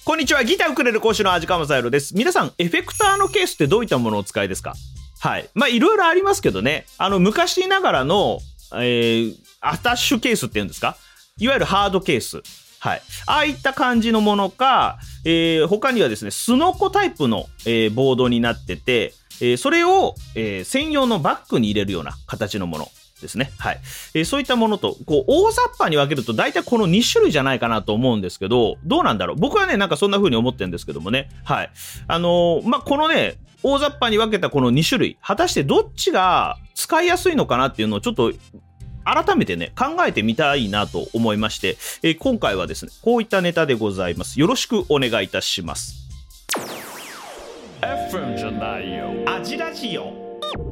こんにちは、ギターウクレレ講師の味川雅宏です。皆さん、エフェクターのケースってどういったものをお使いですか？はい。いろいろありますけどね、昔ながらの、アタッシュケースっていうんですか？いわゆるハードケース。はい。ああいった感じのものか、他にはですね、スノコタイプの、ボードになってて、それを、専用のバッグに入れるような形のものですね。はい。そういったものと、大雑把に分けると大体この2種類じゃないかなと思うんですけど、どうなんだろう。僕はね、なんかそんな風に思ってるんですけどもね。はい。このね、大雑把に分けたこの2種類、果たしてどっちが使いやすいのかなっていうのをちょっと改めてね、考えてみたいなと思いまして、今回はですね、こういったネタでございます。よろしくお願いいたします。FM じゃないよ。アジラジオ。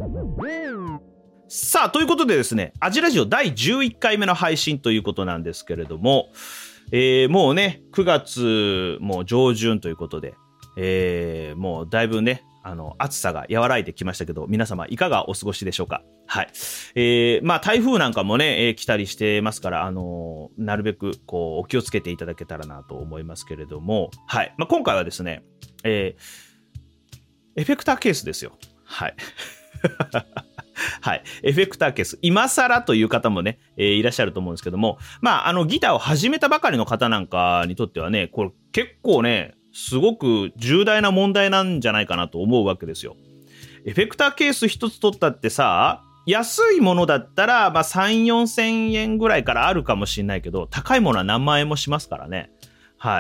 さあ、ということでですね、アジラジオ第11回目の配信ということなんですけれども、もうね、9月もう上旬ということで、もうだいぶね、暑さが和らいできましたけど、皆様いかがお過ごしでしょうか？はい。台風なんかもね、来たりしてますから、なるべくお気をつけていただけたらなと思いますけれども、はい。今回はですね、エフェクターケースですよ。はい。はい。エフェクターケース。今更という方もね、いらっしゃると思うんですけども、ギターを始めたばかりの方なんかにとってはね、これ結構ね、すごく重大な問題なんじゃないかなと思うわけですよ。エフェクターケース一つ取ったってさ、安いものだったら、3、4千円ぐらいからあるかもしれないけど、高いものは何万円もしますからね。はい。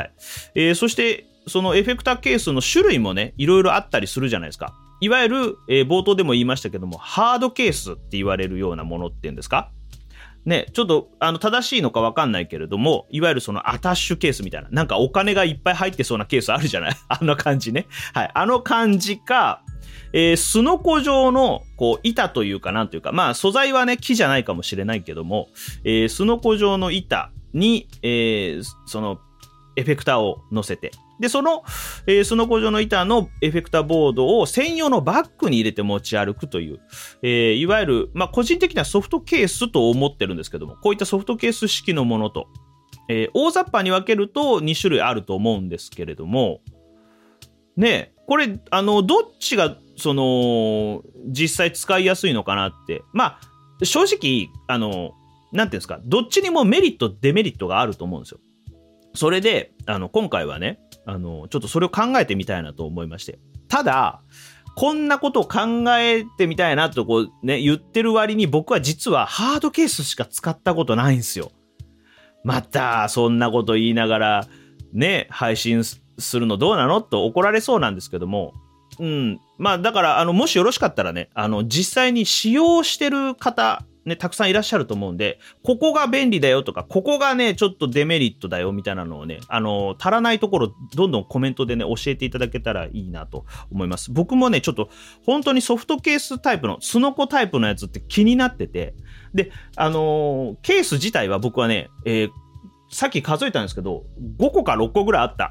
そして、そのエフェクターケースの種類もね、いろいろあったりするじゃないですか。いわゆる、冒頭でも言いましたけども、ハードケースって言われるようなものっていうんですかね、ちょっと正しいのか分かんないけれども、いわゆるそのアタッシュケースみたいな、なんかお金がいっぱい入ってそうなケースあるじゃない？あの感じね。はい。あの感じか、スノコ状の板というかなんというか、素材はね、木じゃないかもしれないけども、スノコ状の板に、そのエフェクターを乗せて、で、その工場の板のエフェクターボードを専用のバッグに入れて持ち歩くという、いわゆる、個人的にはソフトケースと思ってるんですけども、こういったソフトケース式のものと、大雑把に分けると2種類あると思うんですけれども、ね、これ、どっちが、実際使いやすいのかなって、正直、なんていうんですか、どっちにもメリット、デメリットがあると思うんですよ。それで、今回はね、ちょっとそれを考えてみたいなと思いまして。ただ、こんなことを考えてみたいなと言ってる割に僕は実はハードケースしか使ったことないんですよ。また、そんなこと言いながら、ね、配信するのどうなのと怒られそうなんですけども。だから、もしよろしかったらね、実際に使用してる方、ね、たくさんいらっしゃると思うんで、ここが便利だよとか、ここがね、ちょっとデメリットだよみたいなのをね、足らないところ、どんどんコメントでね、教えていただけたらいいなと思います。僕もね、ちょっと、本当にソフトケースタイプの、スノコタイプのやつって気になってて、で、ケース自体は僕はね、さっき数えたんですけど、5個か6個ぐらいあった。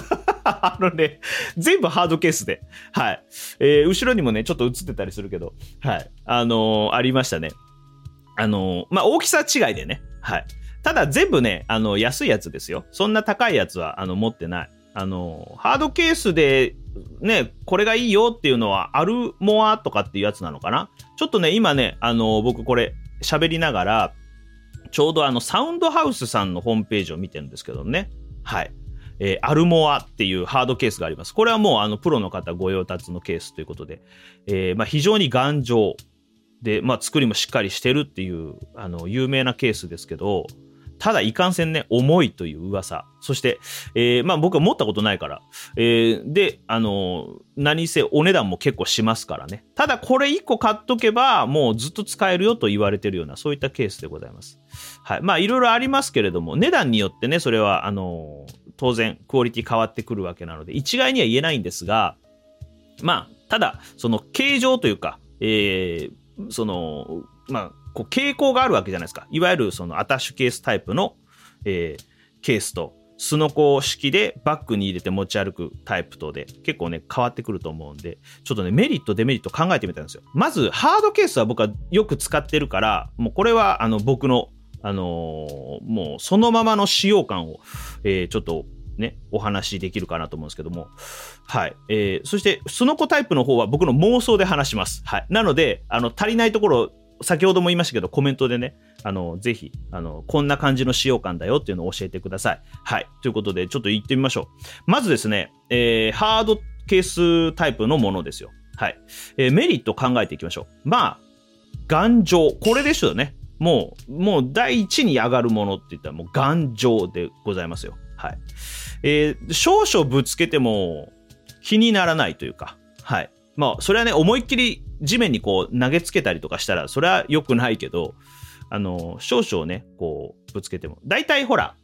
全部ハードケースで。はい。後ろにもね、ちょっと映ってたりするけど、はい。ありましたね。大きさ違いでね。はい。ただ全部ね、安いやつですよ。そんな高いやつは、持ってない。ハードケースで、ね、これがいいよっていうのは、アルモアとかっていうやつなのかな？ちょっとね、今ね、僕これ、喋りながら、ちょうどサウンドハウスさんのホームページを見てるんですけどね。はい。アルモアっていうハードケースがあります。これはもう、プロの方ご用達のケースということで、非常に頑丈。で、作りもしっかりしてるっていう、有名なケースですけど、ただいかんせんね、重いという噂。そして、僕は持ったことないから。で、何せお値段も結構しますからね。ただこれ1個買っとけば、もうずっと使えるよと言われてるような、そういったケースでございます。はい。いろいろありますけれども、値段によってね、それは、当然、クオリティ変わってくるわけなので、一概には言えないんですが、ただ、その形状というか、傾向があるわけじゃないですか。いわゆるそのアタッシュケースタイプの、ケースと、スノコ式でバッグに入れて持ち歩くタイプとで結構ね変わってくると思うんで、ちょっとねメリットデメリット考えてみたんですよ。まずハードケースは僕はよく使ってるから、もうこれは僕のもうそのままの使用感を、ちょっとね、お話できるかなと思うんですけども。はい。そして、スノコタイプの方は僕の妄想で話します。はい。なので、足りないところ、先ほども言いましたけど、コメントでね、ぜひ、こんな感じの使用感だよっていうのを教えてください。はい。ということで、ちょっと言ってみましょう。まずですね、ハードケースタイプのものですよ。はい。メリット考えていきましょう。まあ、頑丈。これですよね。もう第一に上がるものって言ったらもう頑丈でございますよ。はい。少々ぶつけても気にならないというか、はい。まあ、それはね、思いっきり地面にこう投げつけたりとかしたら、それは良くないけど、少々ね、こう、ぶつけても。大体ほら、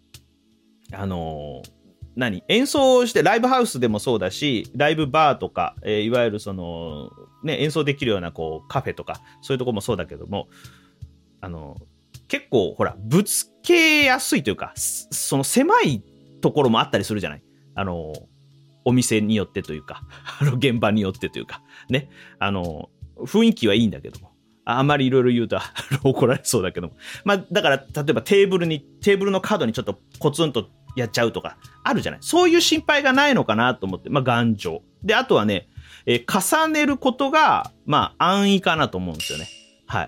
演奏して、ライブハウスでもそうだし、ライブバーとか、いわゆるその、ね、演奏できるようなこうカフェとか、そういうとこもそうだけども、結構ほら、ぶつけやすいというか、その狭いところもあったりするじゃない。お店によってというか、現場によってというか、ね、雰囲気はいいんだけども、あんまりいろいろ言うと怒られそうだけども、まあ、だから、例えばテーブルの角にちょっとコツンとやっちゃうとか、あるじゃない。そういう心配がないのかなと思って、まあ、頑丈。で、あとはね、重ねることが、まあ、安易かなと思うんですよね。はい。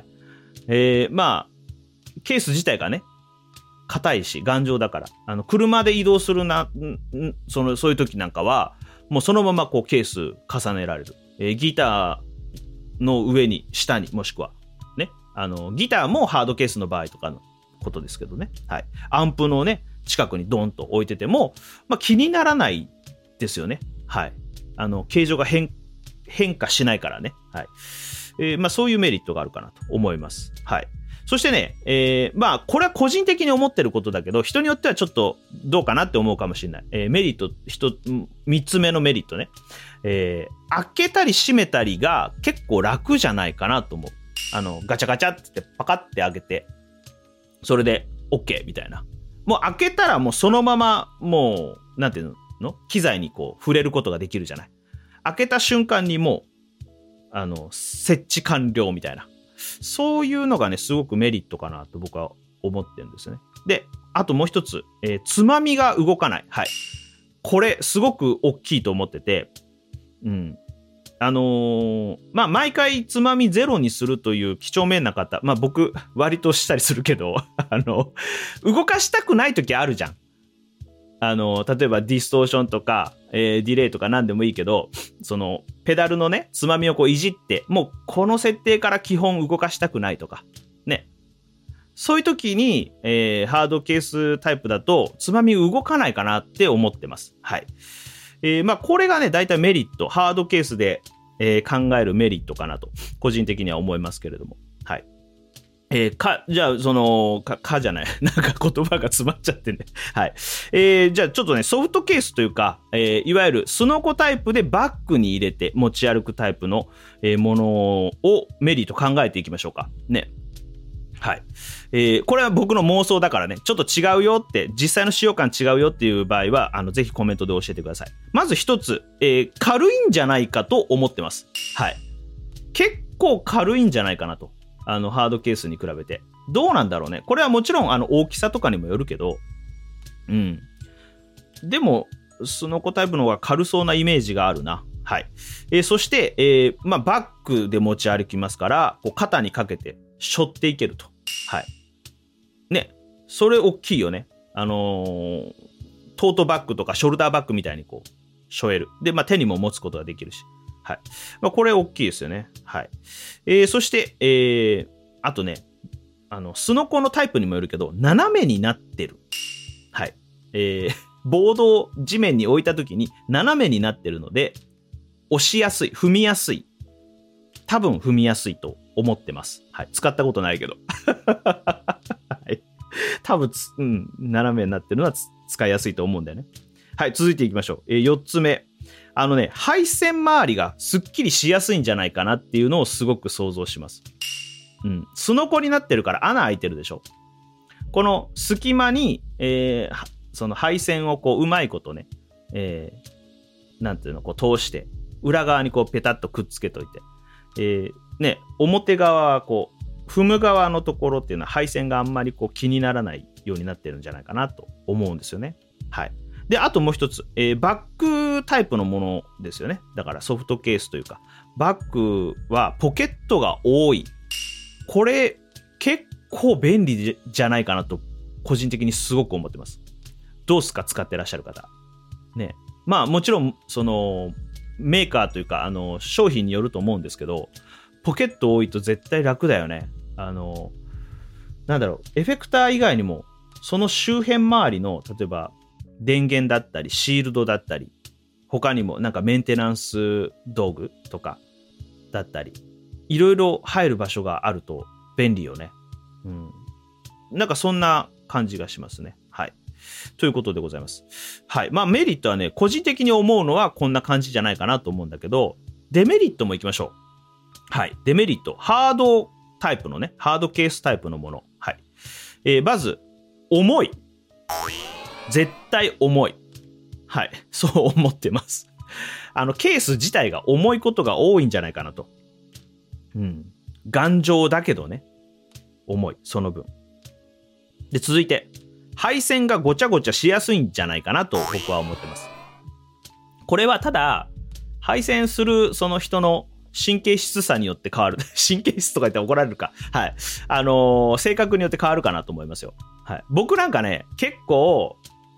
まあ、ケース自体がね、硬いし、頑丈だから、車で移動するそういう時なんかは、もうそのままこうケース重ねられる。ギターの上に、下に、もしくは、ね。ギターもハードケースの場合とかのことですけどね。はい。アンプのね、近くにドンと置いてても、まあ気にならないですよね。はい。形状が変化しないからね。はい。まあそういうメリットがあるかなと思います。はい。そしてね、まあこれは個人的に思ってることだけど、人によってはちょっとどうかなって思うかもしれない。メリット、3つ目のメリットね。開けたり閉めたりが結構楽じゃないかなと思う。ガチャガチャってパカって開けて、それで OK みたいな。もう開けたらもうそのままもう、なんていうの？機材にこう触れることができるじゃない。開けた瞬間にもう、設置完了みたいな。そういうのがね、すごくメリットかなと僕は思ってるんですね。で、あともう一つ、つまみが動かない。はい。これ、すごく大きいと思ってて、うん。まあ、毎回つまみゼロにするという几帳面な方、まあ僕、割としたりするけど、動かしたくない時あるじゃん。例えばディストーションとか、ディレイとか何でもいいけど、その、ペダルのね、つまみをこういじって、もうこの設定から基本動かしたくないとか、ね。そういう時に、ハードケースタイプだと、つまみ動かないかなって思ってます。はい。まあ、これがね、だいたいメリット、ハードケースで、考えるメリットかなと、個人的には思いますけれども。はい。じゃあ、じゃない。なんか言葉が詰まっちゃってね。はい。じゃあちょっとね、ソフトケースというか、いわゆるスノコタイプでバッグに入れて持ち歩くタイプの、ものをメリット考えていきましょうか。ね。はい。これは僕の妄想だからね、ちょっと違うよって、実際の使用感違うよっていう場合は、ぜひコメントで教えてください。まず一つ、軽いんじゃないかと思ってます。はい。結構軽いんじゃないかなと。ハードケースに比べて。どうなんだろうね。これはもちろん、大きさとかにもよるけど、うん。でも、スノコタイプの方が軽そうなイメージがあるな。はい。そして、まあ、バッグで持ち歩きますから、こう肩にかけて、背負っていけると。はい。ね。それ大きいよね。トートバッグとかショルダーバッグみたいにこう、背負える。で、まあ、手にも持つことができるし。はい。まあ、これ大きいですよね。はい。そして、あとね、スノコのタイプにもよるけど、斜めになってる。はい。ボードを地面に置いたときに斜めになってるので、押しやすい、踏みやすい。多分踏みやすいと思ってます。はい。使ったことないけど。はい。多分斜めになってるのは使いやすいと思うんだよね。はい。続いていきましょう。4つ目。配線周りがすっきりしやすいんじゃないかなっていうのをすごく想像します。うん。スノコになってるから穴開いてるでしょ。この隙間に、その配線をこううまいことね、なんていうの、こう通して、裏側にこうペタッとくっつけといて、ね、表側はこう、踏む側のところっていうのは配線があんまりこう気にならないようになってるんじゃないかなと思うんですよね。はい。 で、あともう一つ、バッグタイプのものですよね。だからソフトケースというか、バッグはポケットが多い。これ、結構便利じゃないかなと、個人的にすごく思ってます。どうすか、使ってらっしゃる方。ね。まあ、もちろん、メーカーというか、商品によると思うんですけど、ポケット多いと絶対楽だよね。なんだろう、エフェクター以外にも、その周辺周りの、例えば、電源だったり、シールドだったり、他にもなんかメンテナンス道具とかだったり、いろいろ入る場所があると便利よね。うん。なんかそんな感じがしますね。はい。ということでございます。はい。まあメリットはね、個人的に思うのはこんな感じじゃないかなと思うんだけど、デメリットもいきましょう。はい。デメリット。ハードタイプのね、ハードケースタイプのもの。はい。まず、重い。絶対重い。はい。そう思ってます。ケース自体が重いことが多いんじゃないかなと。うん。頑丈だけどね。重い。その分。で、続いて、配線がごちゃごちゃしやすいんじゃないかなと僕は思ってます。これはただ、配線するその人の神経質さによって変わる。神経質とか言って怒られるか。はい。性格によって変わるかなと思いますよ。はい。僕なんかね、結構、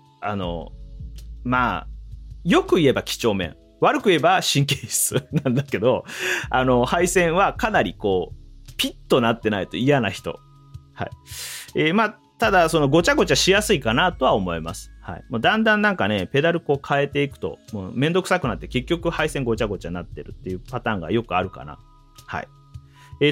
まあ、よく言えば几帳面。悪く言えば神経質なんだけど、配線はかなりこう、ピッとなってないと嫌な人。はい。まあ、ただ、ごちゃごちゃしやすいかなとは思います。はい。もうだんだんなんかね、ペダルこう変えていくと、もうめんどくさくなって結局配線ごちゃごちゃになってるっていうパターンがよくあるかな。はい。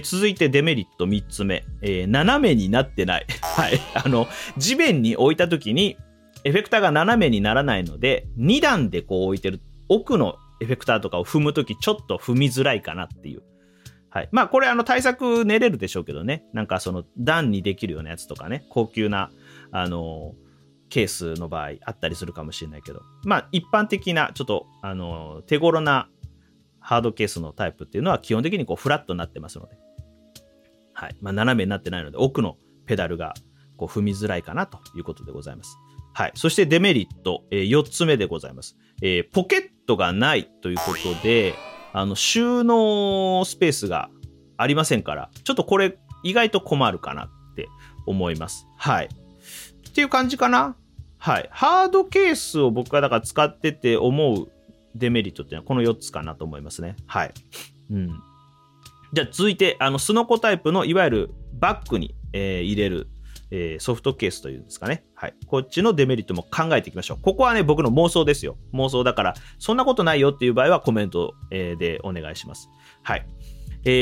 続いてデメリット3つ目。斜めになってない。はい。地面に置いた時に、エフェクターが斜めにならないので、2段でこう置いてる奥のエフェクターとかを踏むときちょっと踏みづらいかなっていう。はい。まあこれ対策練れるでしょうけどね。なんか段にできるようなやつとかね、高級な、ケースの場合あったりするかもしれないけど、まあ一般的なちょっと、手頃なハードケースのタイプっていうのは基本的にこうフラットになってますので。はい。まあ斜めになってないので奥のペダルがこう踏みづらいかなということでございます。はい。そしてデメリット、4つ目でございます。ポケットがないということで、収納スペースがありませんから、ちょっとこれ意外と困るかなって思います。はい。っていう感じかな。はい。ハードケースを僕がだから使ってて思うデメリットっていうのはこの4つかなと思いますね。はい。うん。じゃあ続いて、スノコタイプのいわゆるバッグに、入れる、ソフトケースというんですかね。はい。こっちのデメリットも考えていきましょう。ここはね、僕の妄想ですよ。妄想だから、そんなことないよっていう場合はコメント、でお願いします。はい。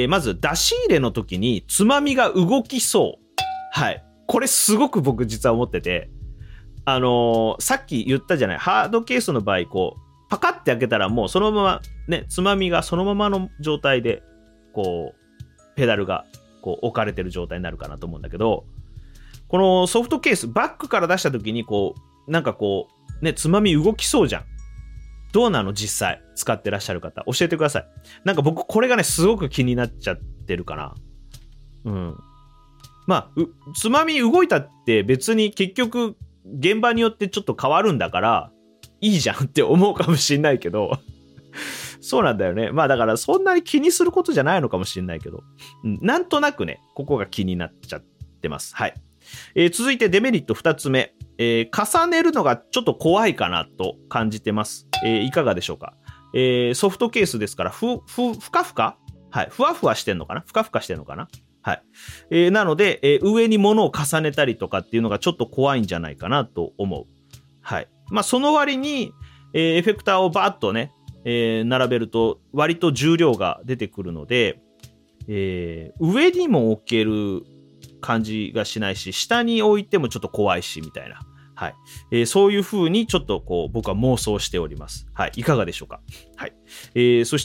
まず、出し入れの時につまみが動きそう。はい。これすごく僕実は思ってて、さっき言ったじゃない。ハードケースの場合、こう、パカって開けたらもうそのまま、ね、つまみがそのままの状態で、こう、ペダルが、こう、置かれてる状態になるかなと思うんだけど、このソフトケース、バッグから出した時にこう、なんかこう、ね、つまみ動きそうじゃん。どうなの実際、使ってらっしゃる方。教えてください。なんか僕、これがね、すごく気になっちゃってるかな。うん。まあ、つまみ動いたって別に結局、現場によってちょっと変わるんだから、いいじゃんって思うかもしんないけど、そうなんだよね。まあだからそんなに気にすることじゃないのかもしれないけど、なんとなくね、ここが気になっちゃってます。はい。続いてデメリット2つ目、重ねるのがちょっと怖いかなと感じてます。いかがでしょうか。ソフトケースですからふかふか、はい、ふわふわしてんのかな、ふかふかしてんのかな、はい。なので、上に物を重ねたりとかっていうのがちょっと怖いんじゃないかなと思う。はい。まあその割に、エフェクターをバーッとね、並べると割と重量が出てくるので、上にも置ける感じがしないし、下に置いてもちょっと怖いしみたいな、はい。そういう風にちょっとこう僕は妄想しております。はい。いかがでしょうか。はい。そして、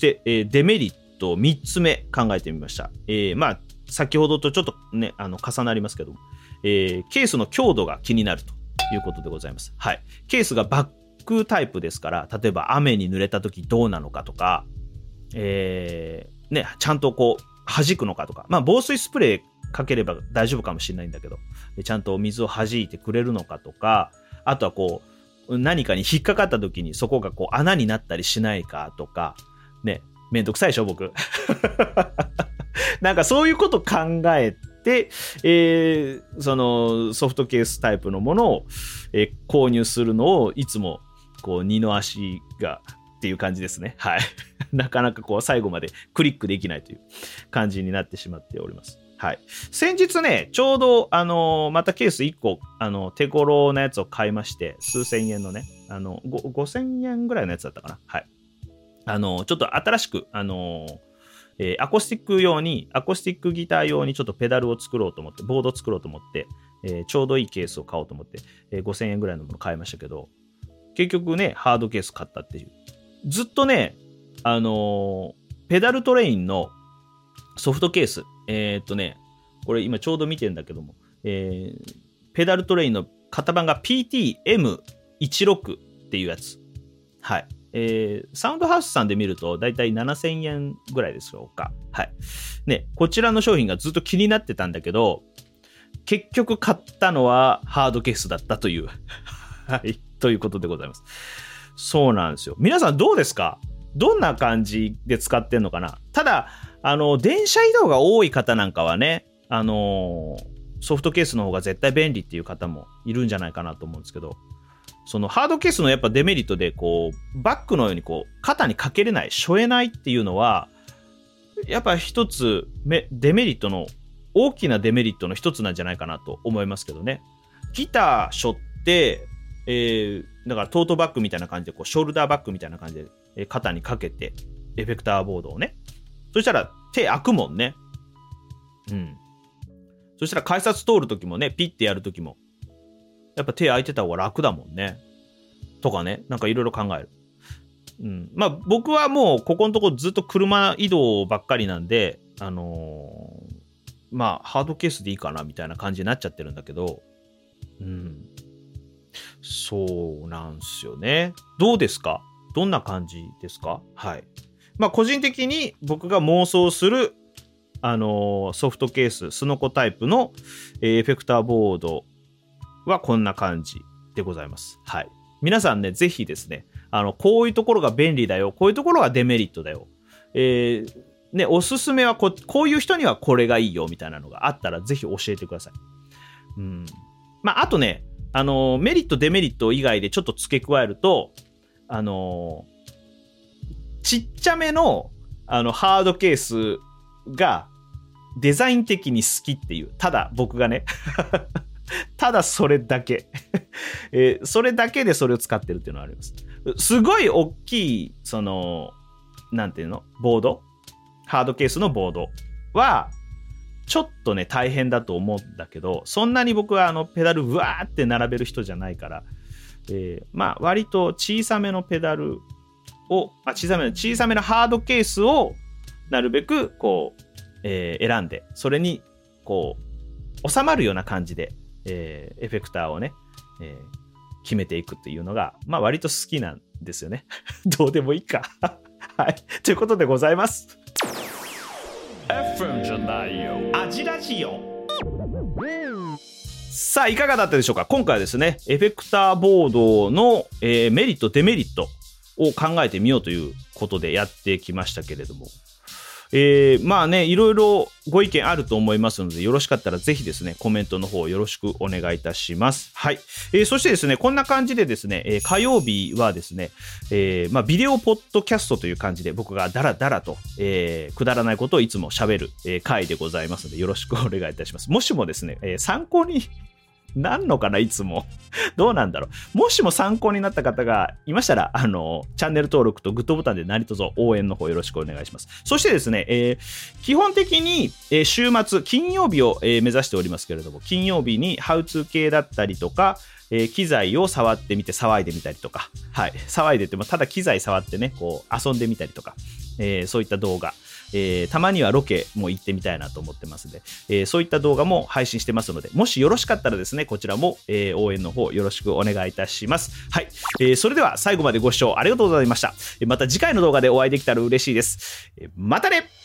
デメリット3つ目考えてみました。まあ先ほどとちょっとね重なりますけども、ケースの強度が気になるということでございます。はい。ケースがバックタイプですから、例えば雨に濡れた時どうなのかとか、ね、ちゃんとこう弾くのかとか、まあ防水スプレーかければ大丈夫かもしれないんだけど、ちゃんと水を弾いてくれるのかとか、あとはこう何かに引っかかった時にそこがこう穴になったりしないかとか、ね、めんどくさいでしょ、僕。なんかそういうこと考えて、そのソフトケースタイプのものを、購入するのをいつもこう二の足がっていう感じですね。はい。なかなかこう最後までクリックできないという感じになってしまっております。はい。先日ね、ちょうど、またケース1個、手頃なやつを買いまして、数千円のね、5000円ぐらいのやつだったかな。はい。ちょっと新しく、アコースティックギター用にちょっとペダルを作ろうと思って、ボードを作ろうと思って、ちょうどいいケースを買おうと思って、5000円ぐらいのものを買いましたけど、結局ね、ハードケース買ったっていう。ずっとね、ペダルトレインのソフトケース、これ今ちょうど見てんだけども、ペダルトレインの型番が PTM16 っていうやつ。はい。サウンドハウスさんで見るとだいたい7000円ぐらいでしょうか。はい。ね、こちらの商品がずっと気になってたんだけど、結局買ったのはハードケースだったという。はい。ということでございます。そうなんですよ。皆さんどうですか？どんな感じで使ってんのかな？ただ、電車移動が多い方なんかはね、ソフトケースの方が絶対便利っていう方もいるんじゃないかなと思うんですけど、そのハードケースのやっぱデメリットで、こう、バッグのようにこう、肩にかけれない、背負えないっていうのは、やっぱ一つ、デメリットの、大きなデメリットの一つなんじゃないかなと思いますけどね。ギター背負って、だからトートバッグみたいな感じで、こう、ショルダーバッグみたいな感じで、肩にかけて、エフェクターボードをね。そしたら手開くもんね。うん。そしたら改札通るときもね、ピッてやるときも、やっぱ手開いてた方が楽だもんね。とかね、なんかいろいろ考える。うん。まあ僕はもうここのとこずっと車移動ばっかりなんで、まあハードケースでいいかなみたいな感じになっちゃってるんだけど、うん。そうなんすよね。どうですか？どんな感じですか？はい。まあ個人的に僕が妄想するソフトケーススノコタイプのエフェクターボードはこんな感じでございます。はい。皆さんね、ぜひですね、こういうところが便利だよ、こういうところがデメリットだよ。ね、おすすめはこういう人にはこれがいいよみたいなのがあったらぜひ教えてください。うん。まああとね、メリットデメリット以外でちょっと付け加えると、ちっちゃめのハードケースがデザイン的に好きっていう、ただ僕がねただそれだけそれだけでそれを使ってるっていうのはあります。すごい大きいそのなんていうのボード、ハードケースのボードはちょっとね大変だと思うんだけど、そんなに僕はペダルうわーって並べる人じゃないから、まあ割と小さめのペダルを、小さめのハードケースをなるべくこう、選んで、それにこう収まるような感じで、エフェクターをね、決めていくっていうのが、まあ割と好きなんですよね。どうでもいいか。はい。ということでございます。FM じゃないよ。アジラジオ。さあ、いかがだったでしょうか？今回はですね、エフェクターボードの、メリット、デメリットを考えてみようということでやってきましたけれども、まあね、いろいろご意見あると思いますので、よろしかったらぜひですね、コメントの方よろしくお願いいたします。はい。そしてですね、こんな感じでですね、火曜日はですね、まあ、ビデオポッドキャストという感じで僕がダラダラと、くだらないことをいつも喋る、回でございますので、よろしくお願いいたします。もしもですね、参考になんのかないつもどうなんだろう。もしも参考になった方がいましたら、チャンネル登録とグッドボタンで何卒応援の方よろしくお願いします。そしてですね、基本的に、週末金曜日を、目指しておりますけれども、金曜日にハウツー系だったりとか、機材を触ってみて騒いでみたりとか、はい、騒いでてもただ機材触ってね、こう遊んでみたりとか、そういった動画、たまにはロケも行ってみたいなと思ってますので、そういった動画も配信してますので、もしよろしかったらですね、こちらも、応援の方よろしくお願いいたします。はい、それでは最後までご視聴ありがとうございました。また次回の動画でお会いできたら嬉しいです。またね。